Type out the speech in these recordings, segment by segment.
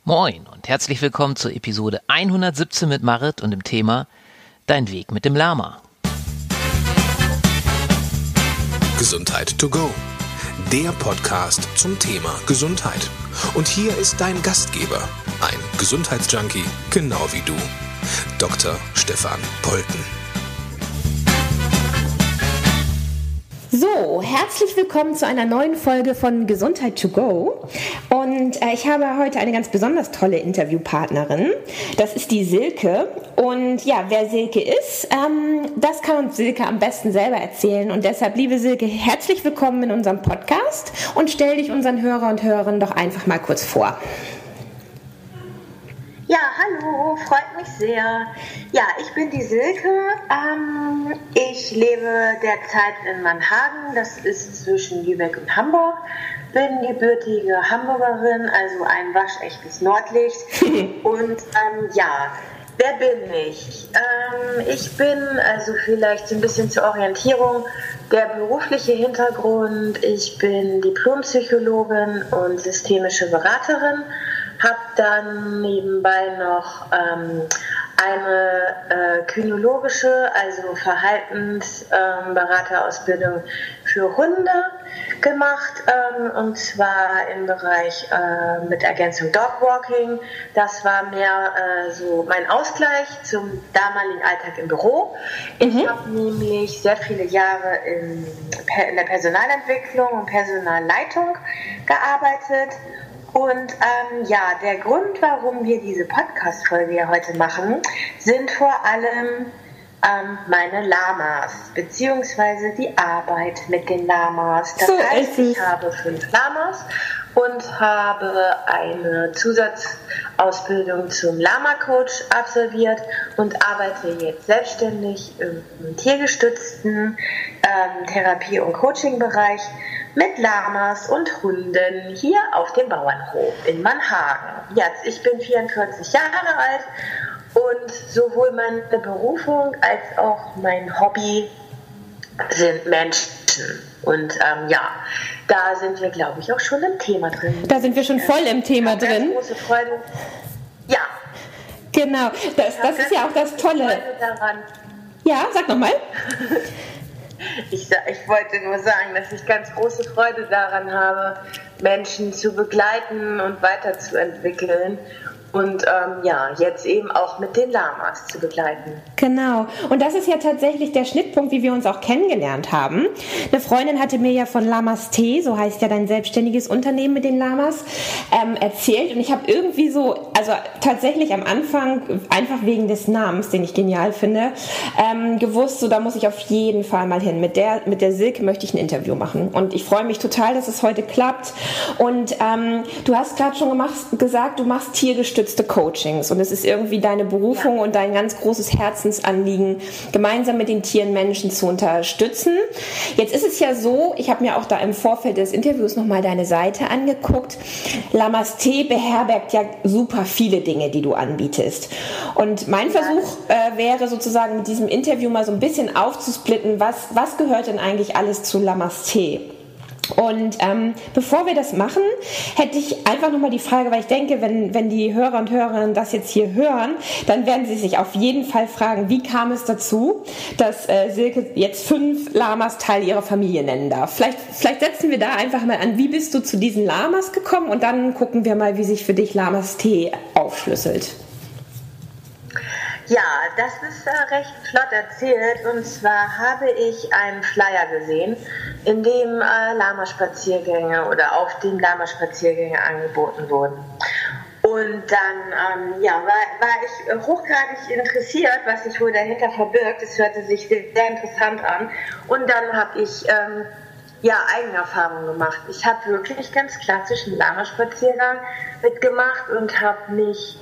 Moin und herzlich willkommen zur Episode 117 mit Marit und dem Thema Dein Weg mit dem Lama. Gesundheit to go, der Podcast zum Thema Gesundheit. Und hier ist dein Gastgeber, ein Gesundheitsjunkie, genau wie du, Dr. Stefan Polten. So, herzlich willkommen zu einer neuen Folge von Gesundheit to go. Und ich habe heute eine ganz besonders tolle Interviewpartnerin. Das ist die Silke. Und ja, wer Silke ist, das kann uns Silke am besten selber erzählen. Und deshalb, liebe Silke, herzlich willkommen in unserem Podcast und stell dich unseren Hörer und Hörerinnen doch einfach mal kurz vor. Ja, hallo, freut mich sehr. Ja, ich bin die Silke. Ich lebe derzeit in Mannhagen, das ist zwischen Lübeck und Hamburg. Bin gebürtige Hamburgerin, also ein waschechtes Nordlicht. Und ja, wer bin ich? Ich bin, also vielleicht so ein bisschen zur Orientierung, der berufliche Hintergrund. Ich bin Diplompsychologin und systemische Beraterin. Habe dann nebenbei noch eine kynologische, also Verhaltensberaterausbildung für Hunde gemacht, und zwar im Bereich mit Ergänzung Dogwalking. Das war mehr so mein Ausgleich zum damaligen Alltag im Büro. Ich habe nämlich sehr viele Jahre in der Personalentwicklung und Personalleitung gearbeitet. Und ja, der Grund, warum wir diese Podcast-Folge hier heute machen, sind vor allem meine Lamas, beziehungsweise die Arbeit mit den Lamas. Das heißt, ich habe 5 Lamas und habe eine Zusatzausbildung zum Lama-Coach absolviert und arbeite jetzt selbstständig im tiergestützten Therapie- und Coaching-Bereich mit Lamas und Hunden hier auf dem Bauernhof in Mannhagen. Jetzt, ich bin 44 Jahre alt und sowohl meine Berufung als auch mein Hobby sind Menschen. Und ja, da sind wir, glaube ich, auch schon im Thema drin. Da sind wir schon voll im Thema drin. Große Freude. Ja. Genau, das ist ja auch das Tolle. Freude daran. Ja, sag nochmal. Ich wollte nur sagen, dass ich ganz große Freude daran habe, Menschen zu begleiten und weiterzuentwickeln und ja, jetzt eben auch mit den Lamas zu begleiten. Genau. Und das ist ja tatsächlich der Schnittpunkt, wie wir uns auch kennengelernt haben. Eine Freundin hatte mir ja von Lamas Tee, so heißt ja dein selbstständiges Unternehmen mit den Lamas, erzählt. Und ich habe irgendwie so, also tatsächlich am Anfang, einfach wegen des Namens, den ich genial finde, gewusst, so da muss ich auf jeden Fall mal hin. Mit der Silke möchte ich ein Interview machen. Und ich freue mich total, dass es heute klappt. Und du hast gerade schon gesagt, du machst tiergestützte Coachings und es ist irgendwie deine Berufung und dein ganz großes Herzensanliegen, gemeinsam mit den Tieren Menschen zu unterstützen. Jetzt ist es ja so, ich habe mir auch da im Vorfeld des Interviews nochmal deine Seite angeguckt. Lamas Tee beherbergt ja super viele Dinge, die du anbietest. Und mein Versuch wäre sozusagen mit diesem Interview mal so ein bisschen aufzusplitten, was gehört denn eigentlich alles zu Lamas Tee? Und bevor wir das machen, hätte ich einfach nochmal die Frage, weil ich denke, wenn die Hörer und Hörerinnen das jetzt hier hören, dann werden sie sich auf jeden Fall fragen, wie kam es dazu, dass Silke jetzt 5 Lamas Teil ihrer Familie nennen darf. Vielleicht setzen wir da einfach mal an, wie bist du zu diesen Lamas gekommen und dann gucken wir mal, wie sich für dich Lamas Tee aufschlüsselt. Ja, das ist recht flott erzählt. Und zwar habe ich einen Flyer gesehen, in dem Lama-Spaziergänge oder auf dem Lama-Spaziergänge angeboten wurden. Und dann war ich hochgradig interessiert, was sich wohl dahinter verbirgt. Es hörte sich sehr, sehr interessant an. Und dann habe ich Eigenerfahrungen gemacht. Ich habe wirklich ganz klassischen Lama-Spaziergang mitgemacht und habe mich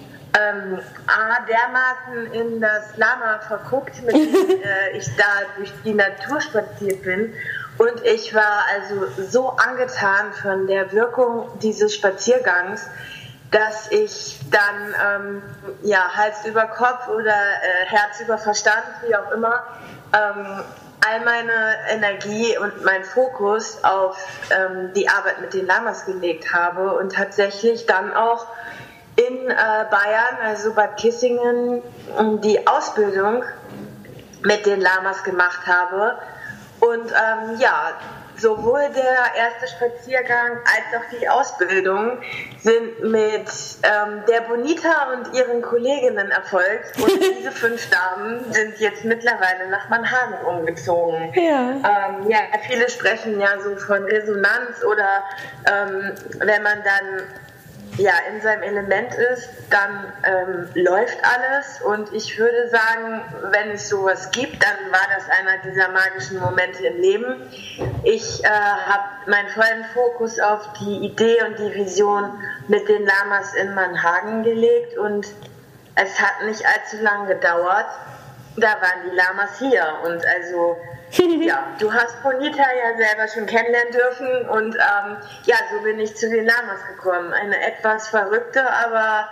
dermaßen in das Lama verguckt, mit dem ich da durch die Natur spaziert bin. Und ich war also so angetan von der Wirkung dieses Spaziergangs, dass ich dann Hals über Kopf oder Herz über Verstand, wie auch immer, all meine Energie und meinen Fokus auf die Arbeit mit den Lamas gelegt habe und tatsächlich dann auch in Bayern, also Bad Kissingen, die Ausbildung mit den Lamas gemacht habe. Und sowohl der erste Spaziergang als auch die Ausbildung sind mit der Bonita und ihren Kolleginnen erfolgt. Und diese 5 Damen sind jetzt mittlerweile nach Mannheim umgezogen. Ja. Viele sprechen ja so von Resonanz oder wenn man dann in seinem Element ist, dann läuft alles, und ich würde sagen, wenn es sowas gibt, dann war das einer dieser magischen Momente im Leben. Ich habe meinen vollen Fokus auf die Idee und die Vision mit den Lamas in Mannhagen gelegt, und es hat nicht allzu lange gedauert. Da waren die Lamas hier, und also du hast Bonita ja selber schon kennenlernen dürfen, und so bin ich zu den Lamas gekommen. Eine etwas verrückte, aber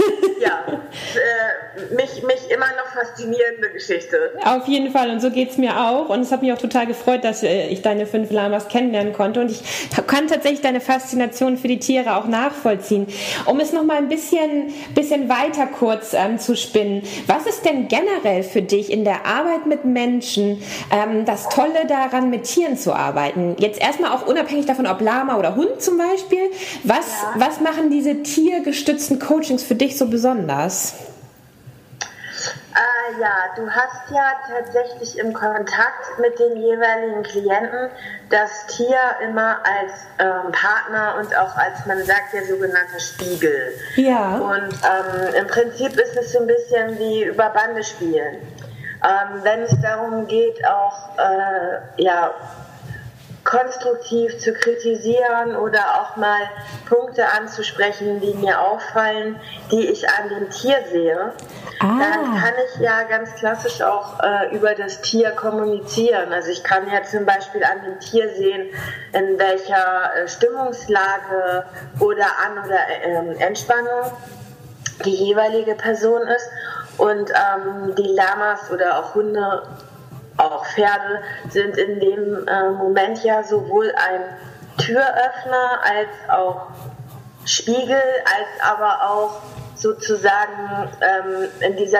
mich immer noch faszinierende Geschichte. Auf jeden Fall, und so geht's mir auch, und es hat mich auch total gefreut, dass ich deine 5 Lamas kennenlernen konnte, und ich kann tatsächlich deine Faszination für die Tiere auch nachvollziehen. Um es nochmal ein bisschen weiter kurz zu spinnen, was ist denn generell für dich in der Arbeit mit Menschen das Tolle daran, mit Tieren zu arbeiten? Jetzt erstmal auch unabhängig davon, ob Lama oder Hund zum Beispiel. Was machen diese tiergestützten Coachings für dich so besonders? Du hast ja tatsächlich im Kontakt mit den jeweiligen Klienten das Tier immer als Partner und auch als, man sagt, der sogenannte Spiegel. Ja. Und im Prinzip ist es so ein bisschen wie über Bande spielen. Wenn es darum geht, auch konstruktiv zu kritisieren oder auch mal Punkte anzusprechen, die mir auffallen, die ich an dem Tier sehe, dann kann ich ja ganz klassisch auch über das Tier kommunizieren. Also ich kann ja zum Beispiel an dem Tier sehen, in welcher Stimmungslage oder An- oder Entspannung die jeweilige Person ist. Und die Lamas oder auch Hunde, auch Pferde, sind in dem Moment ja sowohl ein Türöffner als auch Spiegel, als aber auch sozusagen in dieser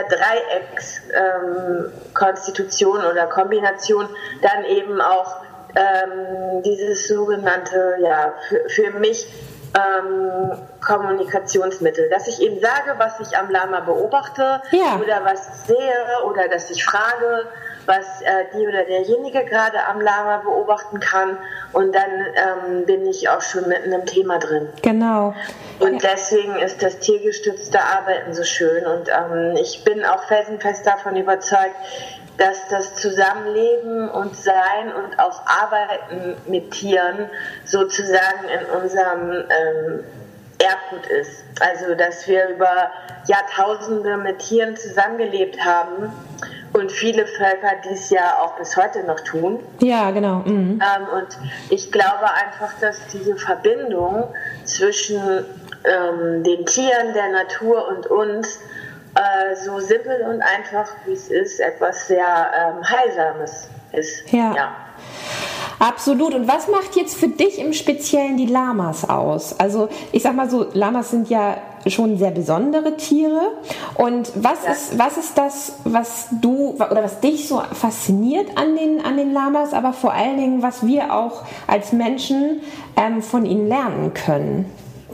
Dreieckskonstitution oder Kombination dann eben auch dieses sogenannte, für mich Kommunikationsmittel, dass ich eben sage, was ich am Lama beobachte oder was ich sehe, oder dass ich frage, was die oder derjenige gerade am Lama beobachten kann, und dann bin ich auch schon mitten im Thema drin. Genau. Und deswegen ist das tiergestützte Arbeiten so schön, und ich bin auch felsenfest davon überzeugt, dass das Zusammenleben und Sein und auch Arbeiten mit Tieren sozusagen in unserem Erbgut ist. Also, dass wir über Jahrtausende mit Tieren zusammengelebt haben und viele Völker dies ja auch bis heute noch tun. Ja, genau. Mhm. Und ich glaube einfach, dass diese Verbindung zwischen den Tieren, der Natur und uns so simpel und einfach wie es ist, etwas sehr Heilsames ist. Ja. Absolut. Und was macht jetzt für dich im Speziellen die Lamas aus? Also ich sag mal so, Lamas sind ja schon sehr besondere Tiere. Und was ist das, was dich so fasziniert an den Lamas, aber vor allen Dingen, was wir auch als Menschen von ihnen lernen können?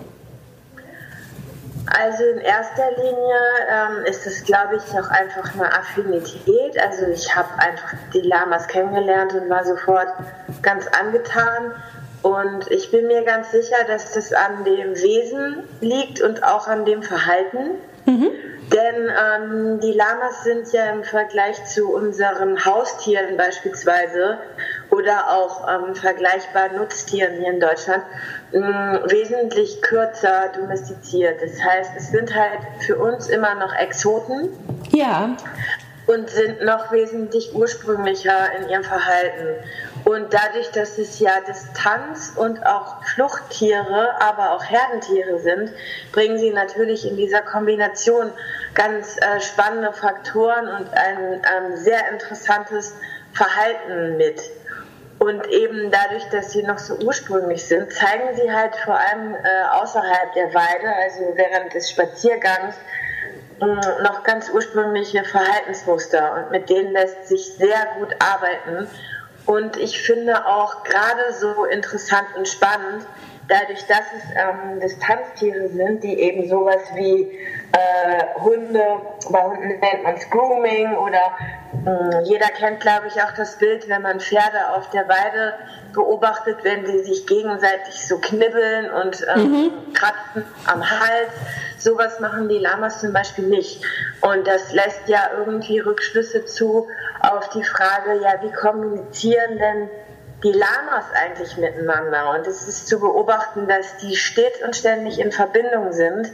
Also in erster Linie ist es, glaube ich, auch einfach eine Affinität. Also ich habe einfach die Lamas kennengelernt und war sofort ganz angetan. Und ich bin mir ganz sicher, dass das an dem Wesen liegt und auch an dem Verhalten. Mhm. Denn die Lamas sind ja im Vergleich zu unseren Haustieren beispielsweise oder auch vergleichbaren Nutztieren hier in Deutschland wesentlich kürzer domestiziert. Das heißt, es sind halt für uns immer noch Exoten. Ja. Und sind noch wesentlich ursprünglicher in ihrem Verhalten. Und dadurch, dass es ja Distanz- und auch Fluchttiere, aber auch Herdentiere sind, bringen sie natürlich in dieser Kombination ganz spannende Faktoren und ein sehr interessantes Verhalten mit. Und eben dadurch, dass sie noch so ursprünglich sind, zeigen sie halt vor allem außerhalb der Weide, also während des Spaziergangs, noch ganz ursprüngliche Verhaltensmuster. Und mit denen lässt sich sehr gut arbeiten. Und ich finde auch gerade so interessant und spannend, dadurch, dass es Distanztiere sind, die eben sowas wie Hunde, bei Hunden nennt man es Grooming oder jeder kennt, glaube ich, auch das Bild, wenn man Pferde auf der Weide beobachtet, wenn sie sich gegenseitig so knibbeln und kratzen am Hals. Sowas machen die Lamas zum Beispiel nicht. Und das lässt ja irgendwie Rückschlüsse zu auf die Frage, ja, wie kommunizieren denn die Lamas eigentlich miteinander? Und es ist zu beobachten, dass die stets und ständig in Verbindung sind.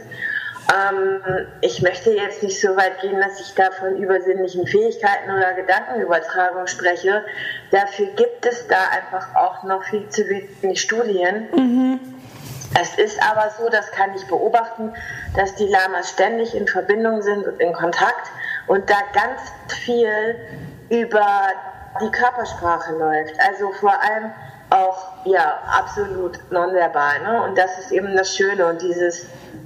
Ich möchte jetzt nicht so weit gehen, dass ich da von übersinnlichen Fähigkeiten oder Gedankenübertragung spreche. Dafür gibt es da einfach auch noch viel zu wenig Studien. Es ist aber so, das kann ich beobachten, dass die Lamas ständig in Verbindung sind und in Kontakt und da ganz viel über die Körpersprache läuft. Also vor allem auch, ja, absolut nonverbal. Ne? Und das ist eben das Schöne. Und dieses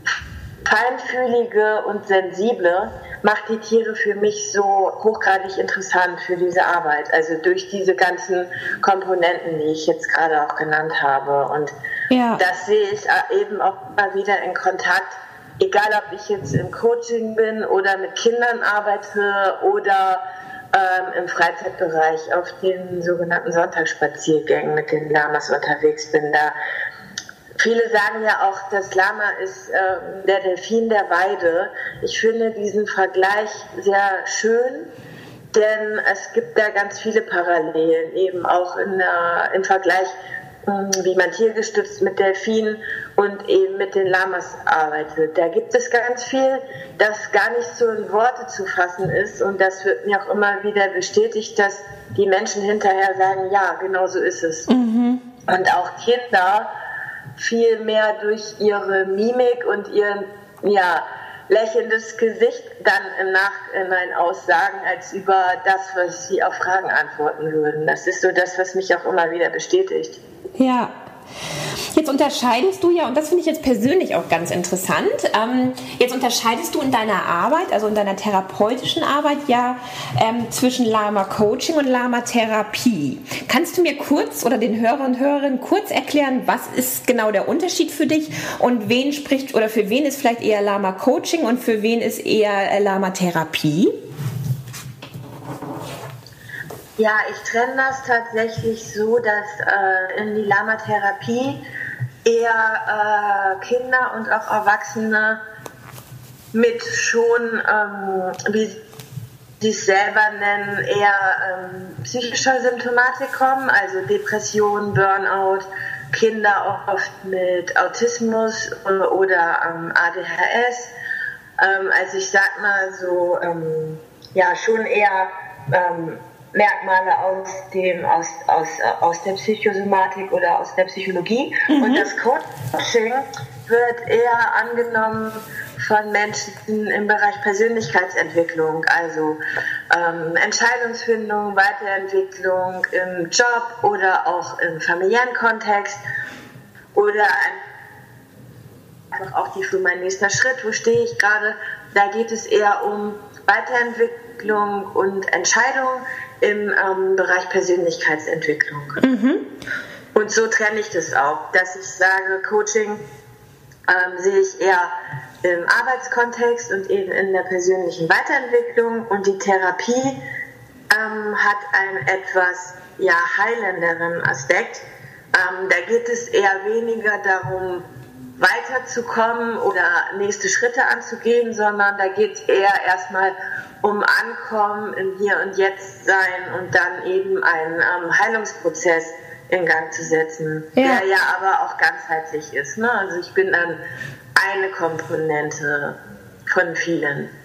Feinfühlige und Sensible macht die Tiere für mich so hochgradig interessant für diese Arbeit. Also durch diese ganzen Komponenten, die ich jetzt gerade auch genannt habe. Und das sehe ich eben auch immer wieder in Kontakt, egal ob ich jetzt im Coaching bin oder mit Kindern arbeite oder im Freizeitbereich auf den sogenannten Sonntagsspaziergängen mit den Lamas unterwegs bin. Da viele sagen ja auch, das Lama ist der Delfin der Weide. Ich finde diesen Vergleich sehr schön, denn es gibt da ganz viele Parallelen, eben auch im Vergleich, wie man tiergestützt mit Delfinen und eben mit den Lamas arbeitet. Da gibt es ganz viel, das gar nicht so in Worte zu fassen ist, und das wird mir auch immer wieder bestätigt, dass die Menschen hinterher sagen, ja, genau so ist es. Und auch Kinder viel mehr durch ihre Mimik und ihr lächelndes Gesicht dann im Nachhinein aussagen, als über das, was sie auf Fragen antworten würden. Das ist so das, was mich auch immer wieder bestätigt. Ja. Jetzt unterscheidest du ja, und das finde ich jetzt persönlich auch ganz interessant, jetzt unterscheidest du in deiner Arbeit, also in deiner therapeutischen Arbeit ja zwischen Lama-Coaching und Lama-Therapie. Kannst du mir kurz oder den Hörer und Hörerinnen kurz erklären, was ist genau der Unterschied für dich und für wen ist vielleicht eher Lama-Coaching und für wen ist eher Lama-Therapie? Ja, ich trenne das tatsächlich so, dass in die Lama-Therapie eher Kinder und auch Erwachsene mit schon, wie sie es selber nennen, eher psychischer Symptomatik kommen, also Depression, Burnout, Kinder auch oft mit Autismus oder ADHS. Also ich sag mal so, schon eher Merkmale aus der Psychosomatik oder aus der Psychologie. Und das Coaching wird eher angenommen von Menschen im Bereich Persönlichkeitsentwicklung, also Entscheidungsfindung, Weiterentwicklung im Job oder auch im familiären Kontext oder einfach auch mein nächster Schritt, wo stehe ich gerade. Da geht es eher um Weiterentwicklung und Entscheidung im Bereich Persönlichkeitsentwicklung. Und so trenne ich das auch, dass ich sage, Coaching sehe ich eher im Arbeitskontext und eben in der persönlichen Weiterentwicklung, und die Therapie hat einen etwas heilenderen Aspekt. Da geht es eher weniger darum, weiterzukommen oder nächste Schritte anzugehen, sondern da geht es eher erstmal um Ankommen im Hier und Jetzt sein und dann eben einen Heilungsprozess in Gang zu setzen, der ja aber auch ganzheitlich ist. Ne? Also ich bin dann eine Komponente von vielen.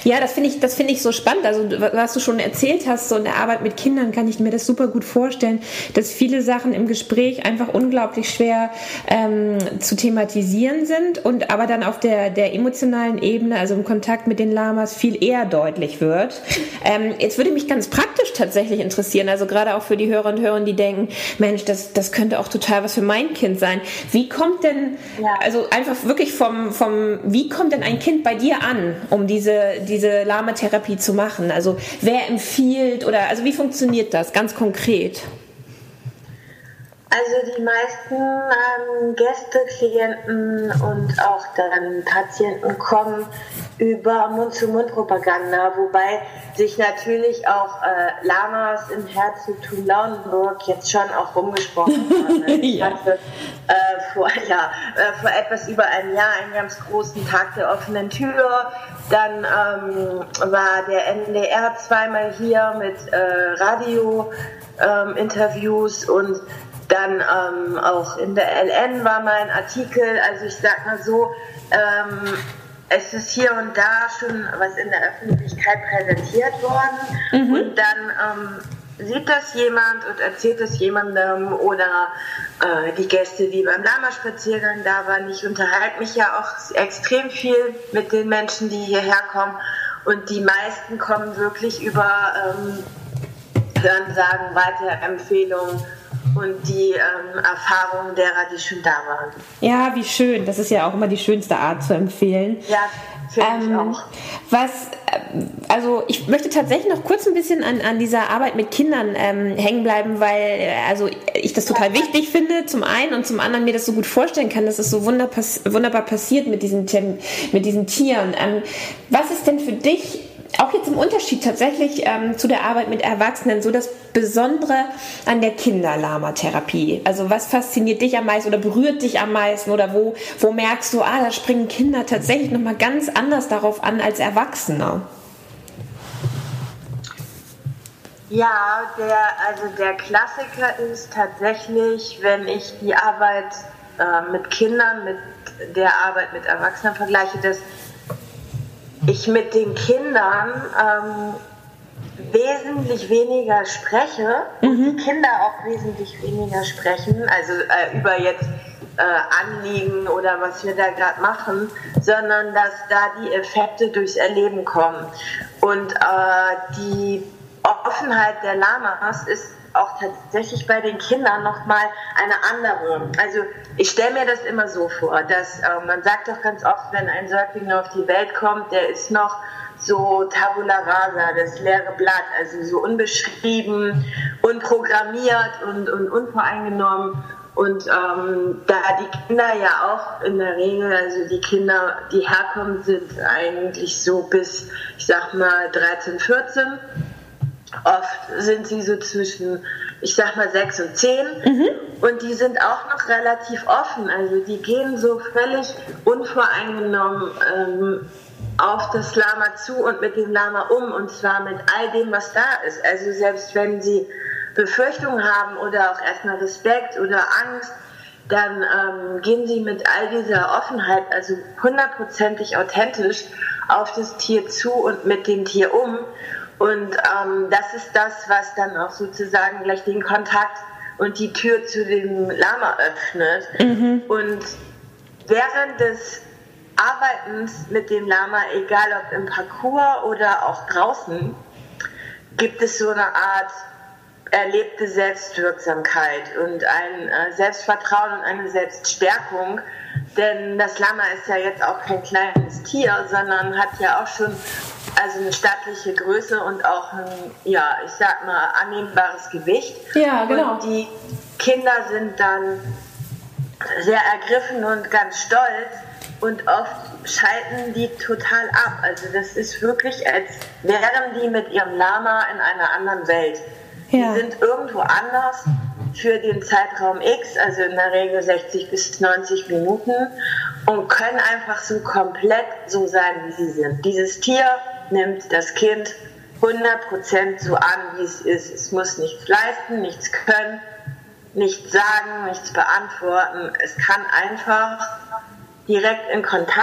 Ja, das finde ich so spannend. Also was du schon erzählt hast, so in der Arbeit mit Kindern, kann ich mir das super gut vorstellen, dass viele Sachen im Gespräch einfach unglaublich schwer zu thematisieren sind und aber dann auf der emotionalen Ebene, also im Kontakt mit den Lamas, viel eher deutlich wird. Jetzt würde mich ganz praktisch tatsächlich interessieren, also gerade auch für die Hörer und Hörerinnen, die denken, Mensch, das könnte auch total was für mein Kind sein. Wie kommt denn, also einfach wirklich wie kommt denn ein Kind bei dir an, um diese Lama-Therapie zu machen? Also wer empfiehlt oder also wie funktioniert das ganz konkret? Also die meisten Gäste, Klienten und auch dann Patienten kommen über Mund-zu-Mund-Propaganda, wobei sich natürlich auch Lamas im Herzogtum Lauenburg jetzt schon auch rumgesprochen haben. Ich hatte vor etwas über einem Jahr einen ganz großen Tag der offenen Tür. Dann war der NDR zweimal hier mit Radio-Interviews und dann auch in der LN war mal ein Artikel. Also ich sag mal so, es ist hier und da schon was in der Öffentlichkeit präsentiert worden und dann sieht das jemand und erzählt es jemandem oder die Gäste, die beim Lama-Spaziergang da waren. Ich unterhalte mich ja auch extrem viel mit den Menschen, die hierher kommen und die meisten kommen wirklich über Hörensagen, Weiterempfehlungen und die Erfahrungen derer, die schon da waren. Ja, wie schön. Das ist ja auch immer die schönste Art zu empfehlen. Ja, finde ich auch. Also ich möchte tatsächlich noch kurz ein bisschen an dieser Arbeit mit Kindern hängen bleiben, weil also ich das total wichtig finde, zum einen und zum anderen mir das so gut vorstellen kann, dass es so wunderbar passiert mit diesen Tieren. Was ist denn für dich auch jetzt im Unterschied tatsächlich zu der Arbeit mit Erwachsenen so das Besondere an der Kinder-Lama-Therapie? Also was fasziniert dich am meisten oder berührt dich am meisten oder wo merkst du, da springen Kinder tatsächlich nochmal ganz anders darauf an als Erwachsene? Ja, der Klassiker ist tatsächlich, wenn ich die Arbeit mit Kindern mit der Arbeit mit Erwachsenen vergleiche, dass ich mit den Kindern wesentlich weniger spreche und die Kinder auch wesentlich weniger sprechen, also über jetzt Anliegen oder was wir da gerade machen, sondern dass da die Effekte durchs Erleben kommen. Und die Offenheit der Lamas ist auch tatsächlich bei den Kindern nochmal eine andere. Also ich stelle mir das immer so vor, dass man sagt doch ganz oft, wenn ein Säugling auf die Welt kommt, der ist noch so Tabula rasa, das leere Blatt, also so unbeschrieben, unprogrammiert und unvoreingenommen. Und da die Kinder ja auch in der Regel, also die Kinder, die herkommen, sind eigentlich so bis, ich sag mal, 13, 14. Oft sind sie so zwischen, ich sag mal, 6 und 10 und die sind auch noch relativ offen, also die gehen so völlig unvoreingenommen auf das Lama zu und mit dem Lama um und zwar mit all dem, was da ist. Also selbst wenn sie Befürchtungen haben oder auch erstmal Respekt oder Angst, dann gehen sie mit all dieser Offenheit, also 100%ig authentisch auf das Tier zu und mit dem Tier um. Und das ist das, was dann auch sozusagen gleich den Kontakt und die Tür zu dem Lama öffnet. Und während des Arbeitens mit dem Lama, egal ob im Parcours oder auch draußen, gibt es so eine Art erlebte Selbstwirksamkeit und ein Selbstvertrauen und eine Selbststärkung. Denn das Lama ist ja jetzt auch kein kleines Tier, sondern hat ja auch schon eine stattliche Größe und auch ein, ja, ich sag mal, annehmbares Gewicht. Ja, genau. Und die Kinder sind dann sehr ergriffen und ganz stolz und oft schalten die total ab. Also das ist wirklich, als wären die mit ihrem Lama in einer anderen Welt. Ja. Die sind irgendwo anders für den Zeitraum X, also in der Regel 60 bis 90 Minuten und können einfach so komplett so sein, wie sie sind. Dieses Tier nimmt das Kind 100% so an, wie es ist. Es muss nichts leisten, nichts können, nichts sagen, nichts beantworten. Es kann einfach direkt in Kontakt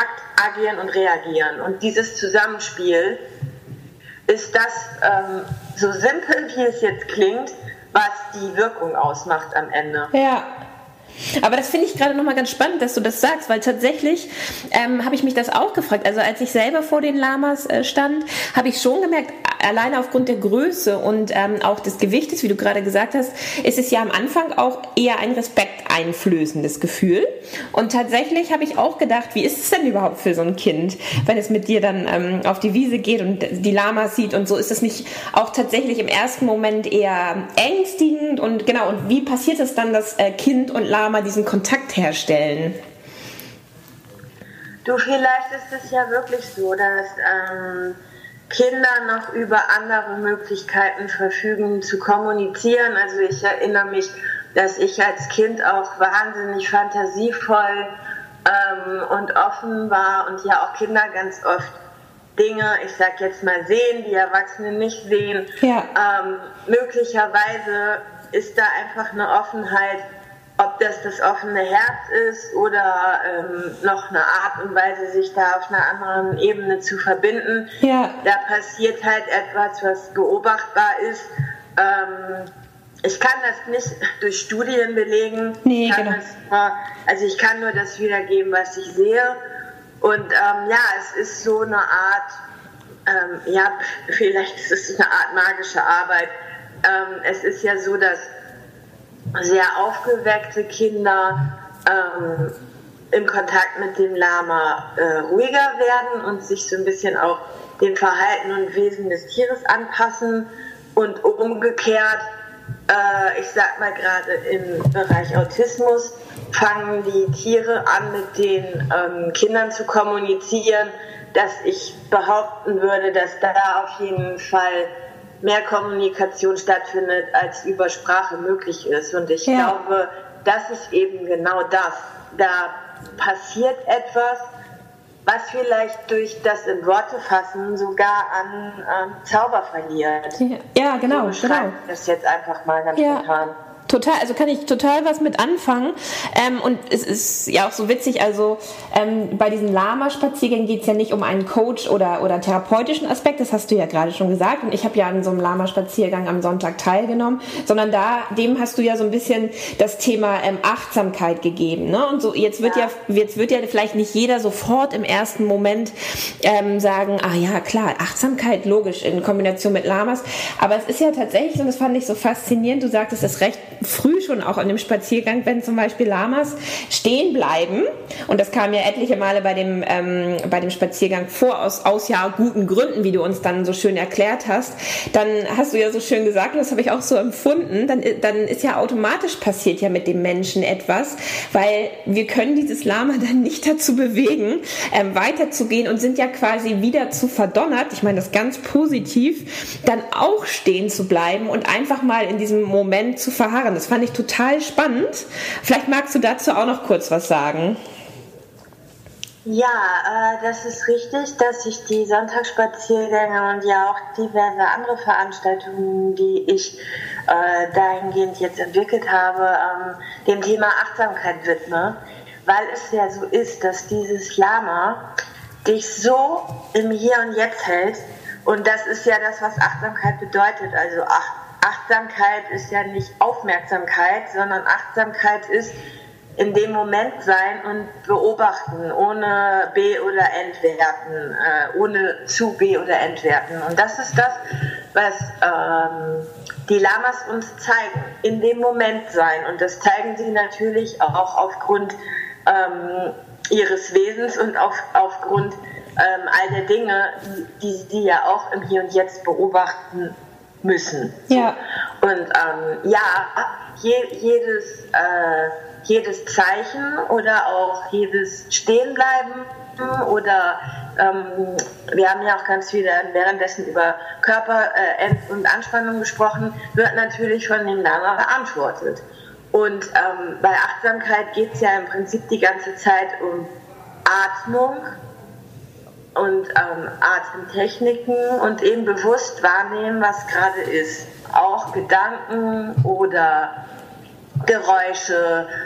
agieren und reagieren. Und dieses Zusammenspiel ist das, so simpel wie es jetzt klingt, was die Wirkung ausmacht am Ende. Ja. Aber das finde ich gerade nochmal ganz spannend, dass du das sagst, weil tatsächlich habe ich mich das auch gefragt. Also als ich selber vor den Lamas stand, habe ich schon gemerkt, alleine aufgrund der Größe und auch des Gewichtes, wie du gerade gesagt hast, ist es ja am Anfang auch eher ein respekteinflößendes Gefühl. Und tatsächlich habe ich auch gedacht, wie ist es denn überhaupt für so ein Kind, wenn es mit dir dann auf die Wiese geht und die Lamas sieht und so, ist es nicht auch tatsächlich im ersten Moment eher ängstigend und genau, und wie passiert es dann, dass Kind und Lama diesen Kontakt herstellen? Du, vielleicht ist es ja wirklich so, dass Kinder noch über andere Möglichkeiten verfügen zu kommunizieren. Also ich erinnere mich, dass ich als Kind auch wahnsinnig fantasievoll und offen war und ja auch Kinder ganz oft Dinge, ich sag jetzt mal, sehen, die Erwachsene nicht sehen. Ja. Möglicherweise ist da einfach eine Offenheit, ob das offene Herz ist oder noch eine Art und Weise, sich da auf einer anderen Ebene zu verbinden. Ja. Da passiert halt etwas, was beobachtbar ist. Ich kann das nicht durch Studien belegen. Nee, genau. Ich kann nur das wiedergeben, was ich sehe. Und es ist so eine Art, vielleicht ist es eine Art magische Arbeit. Es ist ja so, dass sehr aufgeweckte Kinder im Kontakt mit dem Lama ruhiger werden und sich so ein bisschen auch dem Verhalten und Wesen des Tieres anpassen und umgekehrt, ich sag mal gerade im Bereich Autismus, fangen die Tiere an, mit den Kindern zu kommunizieren, dass ich behaupten würde, dass da auf jeden Fall mehr Kommunikation stattfindet, als über Sprache möglich ist. Und ich glaube, das ist eben genau das. Da passiert etwas, was vielleicht durch das in Worte fassen sogar an Zauber verliert. Ja, genau. So beschreibe ich das jetzt einfach mal ganz spontan. Total, also kann ich total was mit anfangen. Und es ist ja auch so witzig, also bei diesen Lama-Spaziergängen geht es ja nicht um einen Coach oder therapeutischen Aspekt, das hast du ja gerade schon gesagt. Und ich habe ja an so einem Lama-Spaziergang am Sonntag teilgenommen, sondern dem hast du ja so ein bisschen das Thema Achtsamkeit gegeben. Ne? Und so jetzt wird ja vielleicht nicht jeder sofort im ersten Moment sagen, ah ja, klar, Achtsamkeit, logisch, in Kombination mit Lamas. Aber es ist ja tatsächlich, und das fand ich so faszinierend, du sagtest es recht früh schon auch an dem Spaziergang, wenn zum Beispiel Lamas stehen bleiben, und das kam ja etliche Male bei dem Spaziergang vor, aus ja guten Gründen, wie du uns dann so schön erklärt hast, dann hast du ja so schön gesagt, und das habe ich auch so empfunden, dann ist ja automatisch passiert ja mit dem Menschen etwas, weil wir können dieses Lama dann nicht dazu bewegen, weiterzugehen und sind ja quasi wieder zu verdonnert, ich meine das ganz positiv, dann auch stehen zu bleiben und einfach mal in diesem Moment zu verharren. Das fand ich total spannend. Vielleicht magst du dazu auch noch kurz was sagen. Ja, das ist richtig, dass ich die Sonntagsspaziergänge und ja auch diverse andere Veranstaltungen, die ich dahingehend jetzt entwickelt habe, dem Thema Achtsamkeit widme, weil es ja so ist, dass dieses Lama dich so im Hier und Jetzt hält, und das ist ja das, was Achtsamkeit bedeutet. Also Achtsamkeit ist ja nicht Aufmerksamkeit, sondern Achtsamkeit ist in dem Moment sein und beobachten, ohne be- oder entwerten, ohne zu be- oder entwerten. Und das ist das, was die Lamas uns zeigen, in dem Moment sein. Und das zeigen sie natürlich auch aufgrund ihres Wesens und aufgrund all der Dinge, die ja auch im Hier und Jetzt beobachten müssen. Ja. Und jedes Zeichen oder auch jedes Stehenbleiben oder wir haben ja auch ganz viel währenddessen über Körper- und Anspannung gesprochen, wird natürlich von dem Lama beantwortet. Und bei Achtsamkeit geht es ja im Prinzip die ganze Zeit um Atmung und Atemtechniken und eben bewusst wahrnehmen, was gerade ist. Auch Gedanken oder Geräusche,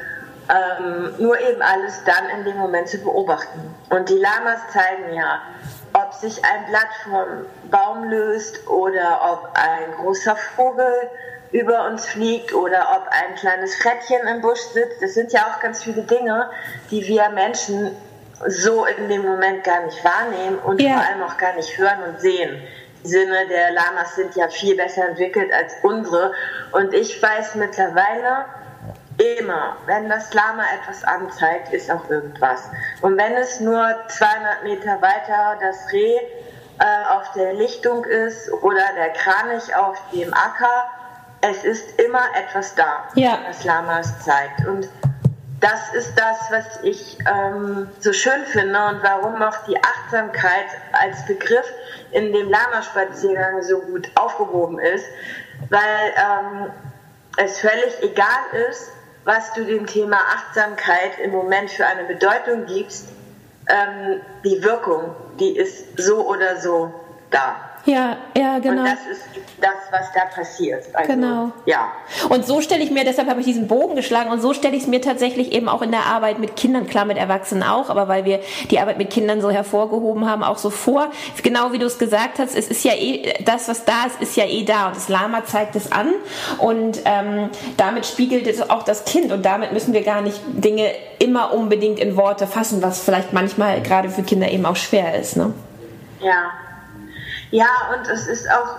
Nur eben alles dann in dem Moment zu beobachten. Und die Lamas zeigen ja, ob sich ein Blatt vom Baum löst oder ob ein großer Vogel über uns fliegt oder ob ein kleines Frettchen im Busch sitzt. Das sind ja auch ganz viele Dinge, die wir Menschen so in dem Moment gar nicht wahrnehmen und vor allem auch gar nicht hören und sehen. Die Sinne der Lamas sind ja viel besser entwickelt als unsere. Und ich weiß mittlerweile immer, wenn das Lama etwas anzeigt, ist auch irgendwas. Und wenn es nur 200 Meter weiter das Reh auf der Lichtung ist oder der Kranich auf dem Acker, es ist immer etwas da, was Lamas zeigt. Und das ist das, was ich so schön finde und warum auch die Achtsamkeit als Begriff in dem Lama-Spaziergang so gut aufgehoben ist, weil es völlig egal ist, was du dem Thema Achtsamkeit im Moment für eine Bedeutung gibst, die Wirkung, die ist so oder so da. Ja, genau. Und das ist das, was da passiert. Also, genau. Ja. Und so stelle ich mir, deshalb habe ich diesen Bogen geschlagen, und so stelle ich es mir tatsächlich eben auch in der Arbeit mit Kindern, klar mit Erwachsenen auch, aber weil wir die Arbeit mit Kindern so hervorgehoben haben, auch so vor. Genau wie du es gesagt hast, es ist ja das, was da ist ja da, und das Lama zeigt es an und damit spiegelt es auch das Kind, und damit müssen wir gar nicht Dinge immer unbedingt in Worte fassen, was vielleicht manchmal gerade für Kinder eben auch schwer ist. Ne? Ja. Ja, und es ist auch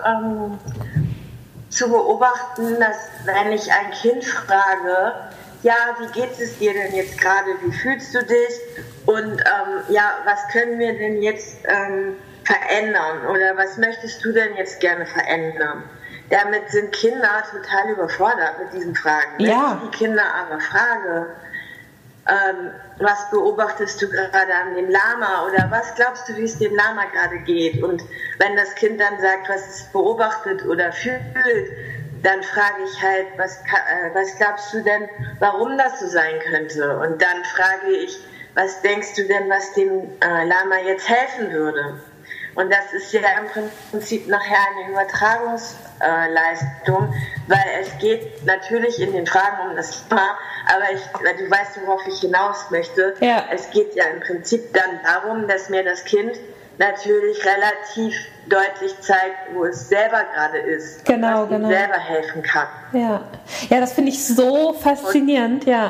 zu beobachten, dass wenn ich ein Kind frage, ja, wie geht es dir denn jetzt gerade, wie fühlst du dich und was können wir denn jetzt verändern oder was möchtest du denn jetzt gerne verändern? Damit sind Kinder total überfordert mit diesen Fragen. Wenn ich die Kinder aber frage, was beobachtest du gerade an dem Lama oder was glaubst du, wie es dem Lama gerade geht? Und wenn das Kind dann sagt, was es beobachtet oder fühlt, dann frage ich halt, was glaubst du denn, warum das so sein könnte? Und dann frage ich, was denkst du denn, was dem Lama jetzt helfen würde? Und das ist ja im Prinzip nachher eine Übertragungsleistung, weil es geht natürlich in den Fragen um das Lama, aber du weißt, worauf ich hinaus möchte. Ja. Es geht ja im Prinzip dann darum, dass mir das Kind natürlich relativ deutlich zeigt, wo es selber gerade ist. Genau, und was ihm selber helfen kann. Ja, das finde ich so faszinierend, Ja,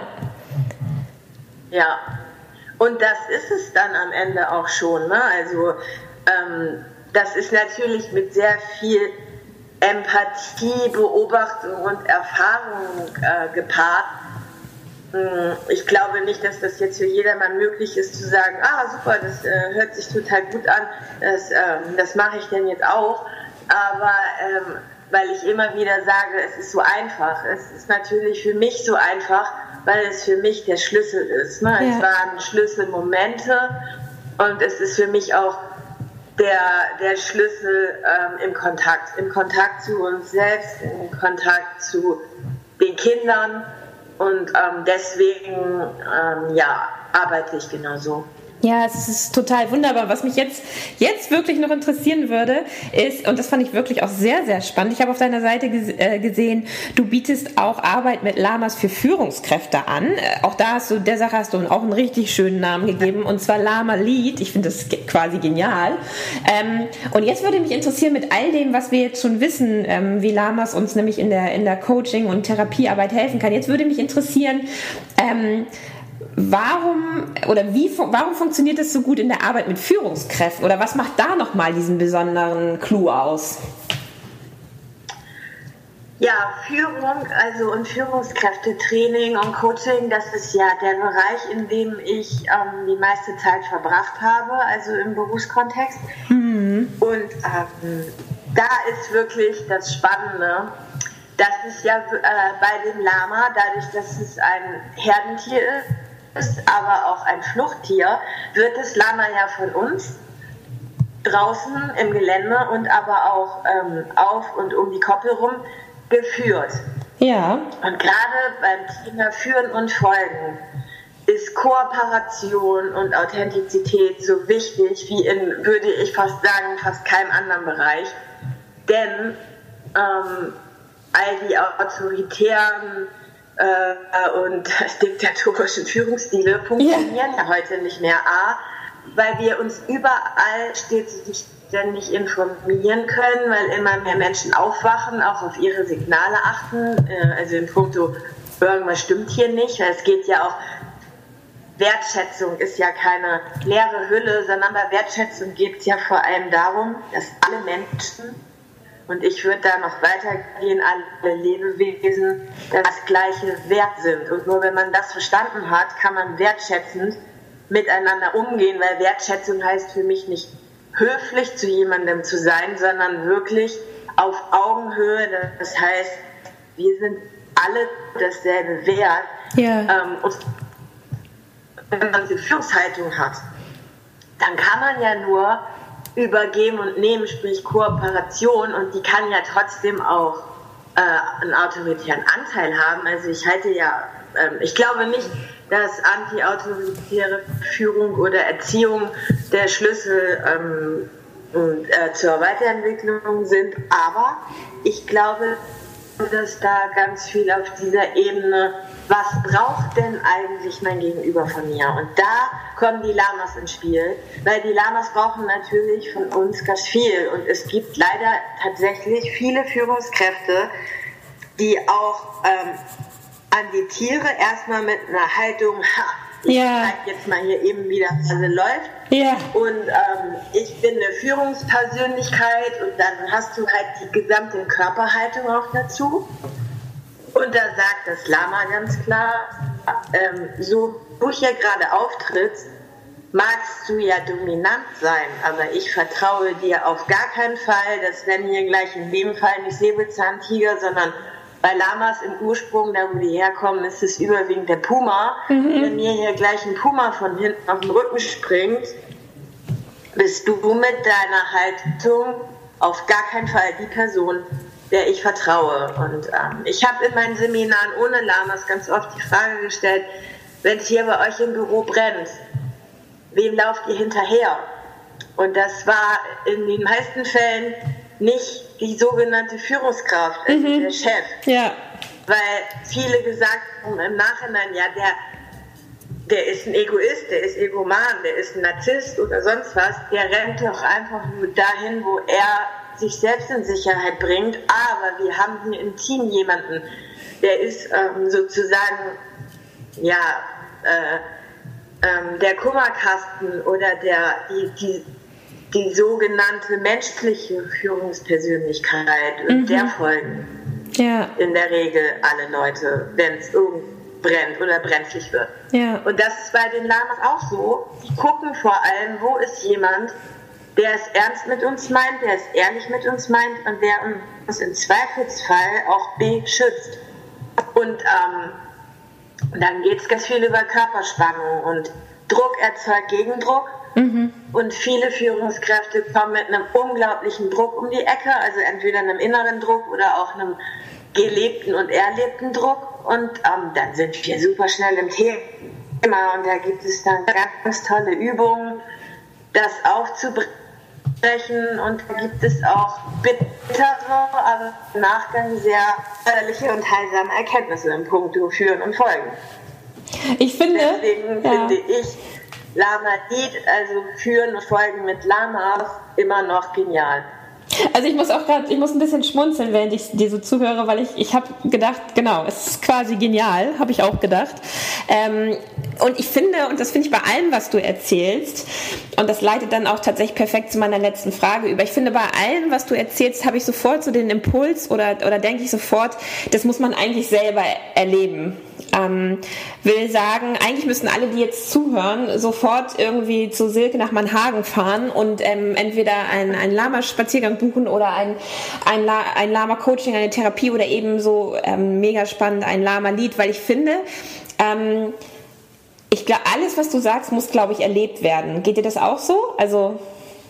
und das ist es dann am Ende auch schon. Ne? Also das ist natürlich mit sehr viel Empathie, Beobachtung und Erfahrung gepaart. Ich glaube nicht, dass das jetzt für jedermann möglich ist, zu sagen, super, das hört sich total gut an, das mache ich denn jetzt auch. Aber weil ich immer wieder sage, es ist so einfach. Es ist natürlich für mich so einfach, weil es für mich der Schlüssel ist. Ne? Ja. Es waren Schlüsselmomente und es ist für mich auch der Schlüssel im Kontakt zu uns selbst, im Kontakt zu den Kindern. Und deswegen arbeite ich genauso. Ja, es ist total wunderbar. Was mich jetzt wirklich noch interessieren würde, ist, und das fand ich wirklich auch sehr, sehr spannend, ich habe auf deiner Seite gesehen, du bietest auch Arbeit mit Lamas für Führungskräfte an. Auch der Sache hast du auch einen richtig schönen Namen gegeben, und zwar Lama Lead. Ich finde das quasi genial. Und jetzt würde mich interessieren, mit all dem, was wir jetzt schon wissen, wie Lamas uns nämlich in der Coaching- und Therapiearbeit helfen kann, jetzt würde mich interessieren, warum funktioniert das so gut in der Arbeit mit Führungskräften? Oder was macht da nochmal diesen besonderen Clou aus? Ja, Führung, und Führungskräftetraining und Coaching, das ist ja der Bereich, in dem ich die meiste Zeit verbracht habe, also im Berufskontext. Mhm. Und da ist wirklich das Spannende, dass es ja bei dem Lama, dadurch, dass es ein Herdentier ist, aber auch ein Fluchttier, wird das Lama ja von uns draußen im Gelände und aber auch auf und um die Koppel rum geführt. Ja. Und gerade beim Thema Führen und Folgen ist Kooperation und Authentizität so wichtig wie in, würde ich fast sagen, fast keinem anderen Bereich. Denn all die autoritären und diktatorischen Führungsstile funktionieren ja heute nicht mehr. Weil wir uns überall ständig informieren können, weil immer mehr Menschen aufwachen, auch auf ihre Signale achten, also in puncto, irgendwas stimmt hier nicht, weil es geht ja auch, Wertschätzung ist ja keine leere Hülle, sondern bei Wertschätzung geht es ja vor allem darum, dass alle Menschen, und ich würde da noch weitergehen, alle Lebewesen das gleiche Wert sind. Und nur wenn man das verstanden hat, kann man wertschätzend miteinander umgehen, weil Wertschätzung heißt für mich nicht höflich zu jemandem zu sein, sondern wirklich auf Augenhöhe. Das heißt, wir sind alle dasselbe Wert. Ja. Und wenn man diese Führungshaltung hat, dann kann man ja nur über Geben und Nehmen, sprich Kooperation, und die kann ja trotzdem auch einen autoritären Anteil haben. Also ich glaube nicht, dass anti-autoritäre Führung oder Erziehung der Schlüssel zur Weiterentwicklung sind, aber ich glaube, dass da ganz viel auf dieser Ebene, was braucht denn eigentlich mein Gegenüber von mir? Und da kommen die Lamas ins Spiel, weil die Lamas brauchen natürlich von uns ganz viel. Und es gibt leider tatsächlich viele Führungskräfte, die auch an die Tiere erstmal mit einer Haltung, ich zeig jetzt mal hier eben, wie das also läuft. Ja. Und ich bin eine Führungspersönlichkeit, und dann hast du halt die gesamte Körperhaltung auch dazu. Und da sagt das Lama ganz klar, so du hier gerade auftrittst, magst du ja dominant sein, aber ich vertraue dir auf gar keinen Fall, dass wenn hier gleich in dem Fall nicht Säbelzahntiger, sondern bei Lamas im Ursprung, da wo die herkommen, ist es überwiegend der Puma. Wenn mir hier gleich ein Puma von hinten auf den Rücken springt, bist du mit deiner Haltung auf gar keinen Fall die Person, der ich vertraue. Und ich habe in meinen Seminaren ohne Lamas ganz oft die Frage gestellt, wenn es hier bei euch im Büro brennt, wem lauft ihr hinterher? Und das war in den meisten Fällen nicht die sogenannte Führungskraft, also der Chef. Ja. Weil viele gesagt haben im Nachhinein, ja, der ist ein Egoist, der ist Egoman, der ist ein Narzisst oder sonst was, der rennt doch einfach nur dahin, wo er sich selbst in Sicherheit bringt. Aber wir haben hier im Team jemanden, der ist sozusagen, der Kummerkasten oder die sogenannte menschliche Führungspersönlichkeit, und der folgen in der Regel alle Leute, wenn es irgend brennt oder brenzlig wird. Ja. Und das ist bei den Lamas auch so. Die gucken vor allem, wo ist jemand, der es ernst mit uns meint, der es ehrlich mit uns meint und der uns im Zweifelsfall auch beschützt. Und dann geht es ganz viel über Körperspannung, und Druck erzeugt Gegendruck. Und viele Führungskräfte kommen mit einem unglaublichen Druck um die Ecke, also entweder einem inneren Druck oder auch einem gelebten und erlebten Druck, und dann sind wir super schnell im Thema, und da gibt es dann ganz tolle Übungen, das aufzubrechen, und da gibt es auch bittere, aber im Nachgang sehr förderliche und heilsame Erkenntnisse im Punkto Führen und Folgen. Deswegen finde ich Lama Lied, also Führen und Folgen mit Lamas, immer noch genial. Also ich muss ein bisschen schmunzeln, während ich dir so zuhöre, weil ich habe gedacht, genau, es ist quasi genial, habe ich auch gedacht. Und ich finde, und das finde ich bei allem, was du erzählst, und das leitet dann auch tatsächlich perfekt zu meiner letzten Frage über, ich finde, bei allem, was du erzählst, habe ich sofort so den Impuls oder denke ich sofort, das muss man eigentlich selber erleben. Will sagen, eigentlich müssten alle, die jetzt zuhören, sofort irgendwie zu Silke nach Mannhagen fahren und entweder einen Lama-Spaziergang buchen oder ein Lama-Coaching, eine Therapie oder eben so mega spannend ein Lama-Lied, weil ich finde, ich glaube, alles, was du sagst, muss, glaube ich, erlebt werden. Geht dir das auch so? Also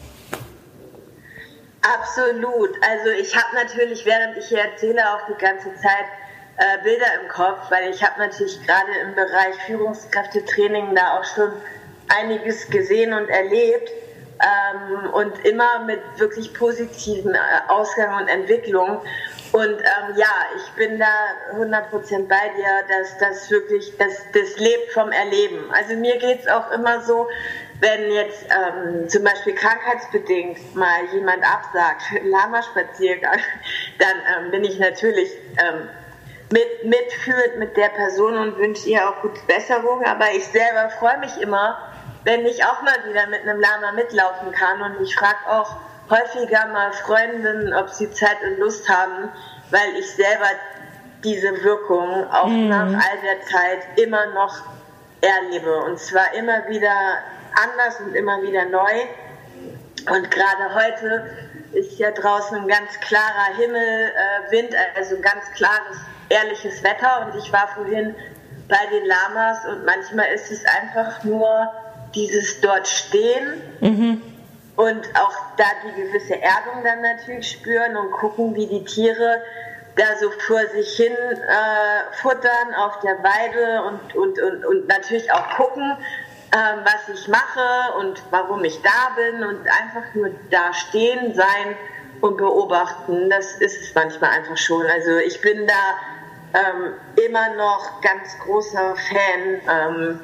absolut. Also ich habe natürlich, während ich hier erzähle, auch die ganze Zeit Bilder im Kopf, weil ich habe natürlich gerade im Bereich Führungskräftetraining da auch schon einiges gesehen und erlebt, und immer mit wirklich positiven Ausgang und Entwicklung. Und ich bin da 100% bei dir, dass das wirklich, das lebt vom Erleben. Also mir geht es auch immer so, wenn jetzt zum Beispiel krankheitsbedingt mal jemand absagt, Lama-Spaziergang, dann bin ich natürlich mitfühlend mit der Person und wünsche ihr auch gute Besserung. Aber ich selber freue mich immer, wenn ich auch mal wieder mit einem Lama mitlaufen kann. Und ich frage auch häufiger mal Freundinnen, ob sie Zeit und Lust haben, weil ich selber diese Wirkung auch nach all der Zeit immer noch erlebe. Und zwar immer wieder anders und immer wieder neu. Und gerade heute ist ja draußen ein ganz klarer Himmel, Wind, also ein ganz klares, ehrliches Wetter. Und ich war vorhin bei den Lamas und manchmal ist es einfach nur dieses dort stehen und auch da die gewisse Erdung dann natürlich spüren und gucken, wie die Tiere da so vor sich hin futtern auf der Weide und natürlich auch gucken, was ich mache und warum ich da bin und einfach nur da stehen, sein und beobachten. Das ist es manchmal einfach schon. Also ich bin da immer noch ganz großer Fan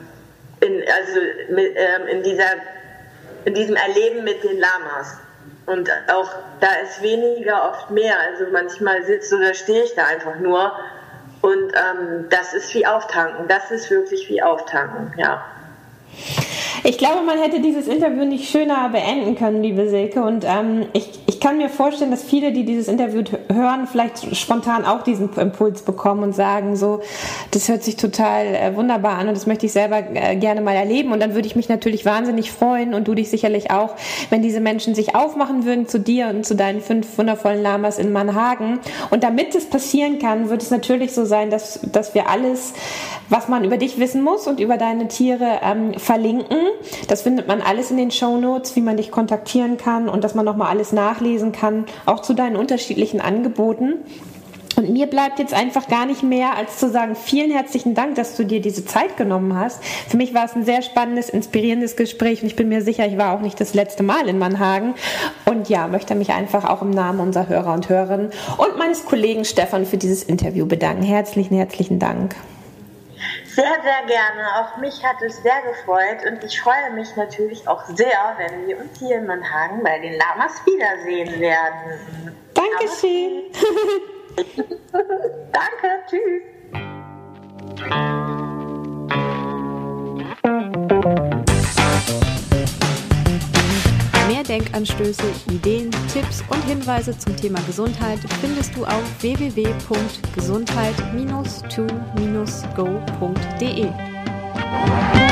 in diesem Erleben mit den Lamas. Und auch da ist weniger oft mehr. Also manchmal sitze oder stehe ich da einfach nur. Und das ist wie Auftanken. Das ist wirklich wie Auftanken, ja. Ich glaube, man hätte dieses Interview nicht schöner beenden können, liebe Silke. Und ich kann mir vorstellen, dass viele, die dieses Interview hören, vielleicht spontan auch diesen Impuls bekommen und sagen, so, das hört sich total wunderbar an und das möchte ich selber gerne mal erleben. Und dann würde ich mich natürlich wahnsinnig freuen und du dich sicherlich auch, wenn diese Menschen sich aufmachen würden zu dir und zu deinen 5 wundervollen Lamas in Mannhagen. Und damit es passieren kann, wird es natürlich so sein, dass wir alles, was man über dich wissen muss und über deine Tiere verlinken. Das findet man alles in den Shownotes, wie man dich kontaktieren kann und dass man nochmal alles nachlesen kann, auch zu deinen unterschiedlichen Angeboten. Und mir bleibt jetzt einfach gar nicht mehr, als zu sagen, vielen herzlichen Dank, dass du dir diese Zeit genommen hast. Für mich war es ein sehr spannendes, inspirierendes Gespräch und ich bin mir sicher, ich war auch nicht das letzte Mal in Mannhagen. Und ja, möchte mich einfach auch im Namen unserer Hörer und Hörerinnen und meines Kollegen Stefan für dieses Interview bedanken. Herzlichen Dank. Sehr, sehr gerne. Auch mich hat es sehr gefreut und ich freue mich natürlich auch sehr, wenn wir uns hier in Mannhagen bei den Lamas wiedersehen werden. Dankeschön. Danke, tschüss. Mehr Denkanstöße, Ideen, Tipps und Hinweise zum Thema Gesundheit findest du auf www.gesundheit-to-go.de.